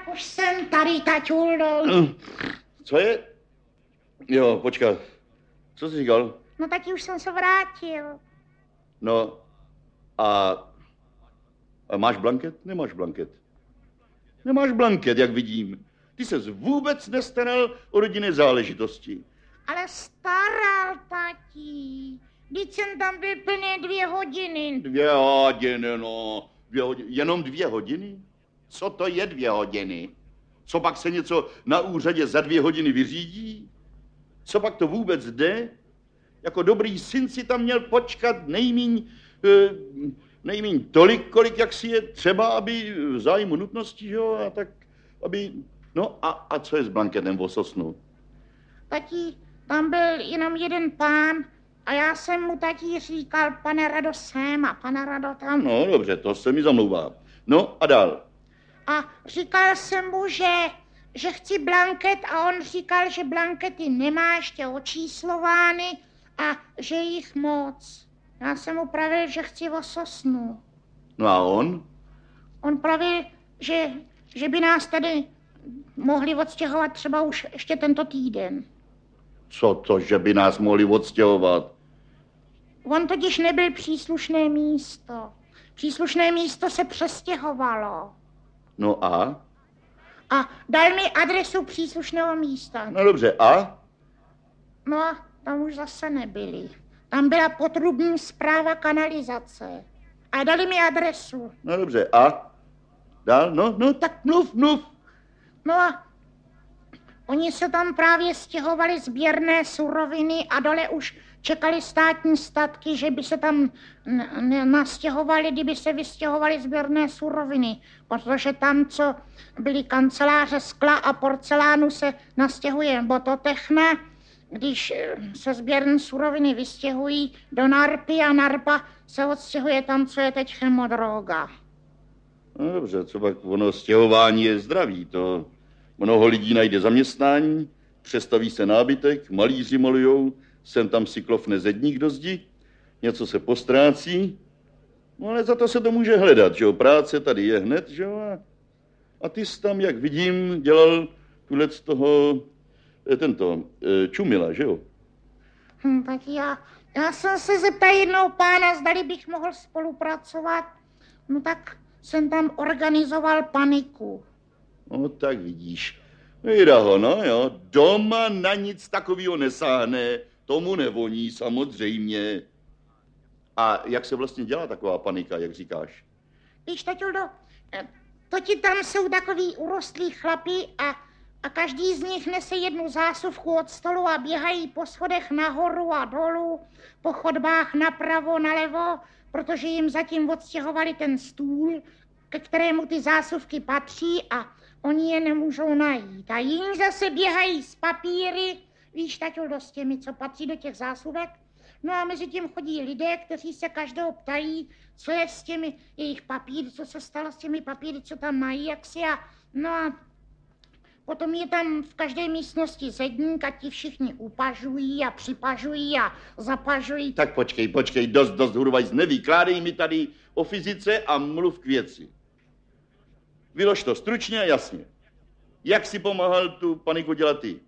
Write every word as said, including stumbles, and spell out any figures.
Už jsem tady, taťuldo. Co je? Jo, počkat. Co jsi říkal? No taky už jsem se vrátil. No a, a máš blanket? Nemáš blanket. Nemáš blanket, jak vidím. Ty ses vůbec nestaral o rodinné záležitosti. Ale staral, tatí. Vždyť jsem tam byl plně dvě hodiny. Dvě hodiny, no. Dvě hodiny. Jenom dvě hodiny? Co to je dvě hodiny? Co pak se něco na úřadě za dvě hodiny vyřídí? Co pak to vůbec jde? Jako dobrý syn si tam měl počkat nejmíň, eh, nejmíň tolik, kolik jak si je třeba, aby v zájmu nutnosti, že jo, a tak, aby... No a, a co je s blanketem v Ososnu? Tatí, tam byl jenom jeden pán a já jsem mu tatí říkal, pane Rado sem a pane Rado tam. No dobře, to se mi zamlouvá. No a dál. A říkal jsem mu, že, že chci blanket a on říkal, že blankety nemá ještě očíslovány a že jich moc. Já jsem mu pravil, že chci o Sosnu. No a on? On pravil, že, že by nás tady mohli odstěhovat třeba už ještě tento týden. Co to, že by nás mohli odstěhovat? On totiž nebyl příslušné místo. Příslušné místo se přestěhovalo. No a? A dal mi adresu příslušného místa. No dobře, a? No a tam už zase nebyli. Tam byla potrubní správa kanalizace. A dali mi adresu. No dobře, a? Dál? No, no, tak mluv, mluv. No a oni se tam právě stěhovali sběrné suroviny a dole už čekali státní statky, že by se tam nastěhovali, kdyby se vystěhovali sběrné suroviny. Protože tam, co byly kanceláře skla a porcelánu, se nastěhuje bototechna, když se sběrné suroviny vystěhují do Narpy a Narpa se odstěhuje tam, co je teď chemodroga. No dobře, co pak ono stěhování je zdraví, to mnoho lidí najde zaměstnání, přestaví se nábytek, malíři malujou, sem tam si klofne zedník do zdi, něco se postrácí, no ale za to se to může hledat, že jo, práce tady je hned, že jo, a, a ty jsi tam, jak vidím, dělal tuhle z toho, tento, Čumila, že jo? Hm, tak já, já jsem se zeptal jednou pána, zdali bych mohl spolupracovat, no tak jsem tam organizoval paniku. No tak vidíš, vyjda ho, no jo, doma na nic takového nesáhne, tomu nevoní samozřejmě. A jak se vlastně dělá taková panika, jak říkáš? Víš, taťuldo, to ti tam jsou takový urostlí chlapi a, a každý z nich nese jednu zásuvku od stolu a běhají po schodech nahoru a dolů, po chodbách napravo, nalevo, protože jim zatím odstěhovali ten stůl, ke kterému ty zásuvky patří a oni je nemůžou najít. A jiní zase běhají s papíry, víš, taťuldo, s těmi, co patří do těch zásuvek. No a mezi tím chodí lidé, kteří se každého ptají, co je s těmi jejich papíry, co se stalo s těmi papíry, co tam mají, jak si a... No a potom je tam v každé místnosti zedník a ti všichni upažují a připažují a zapažují. Tak počkej, počkej, dost, dost, hurvajs, nevykládej mi tady o fyzice a mluv k věci. Vylož to stručně a jasně. Jak si pomáhal tu paniku dělat ty?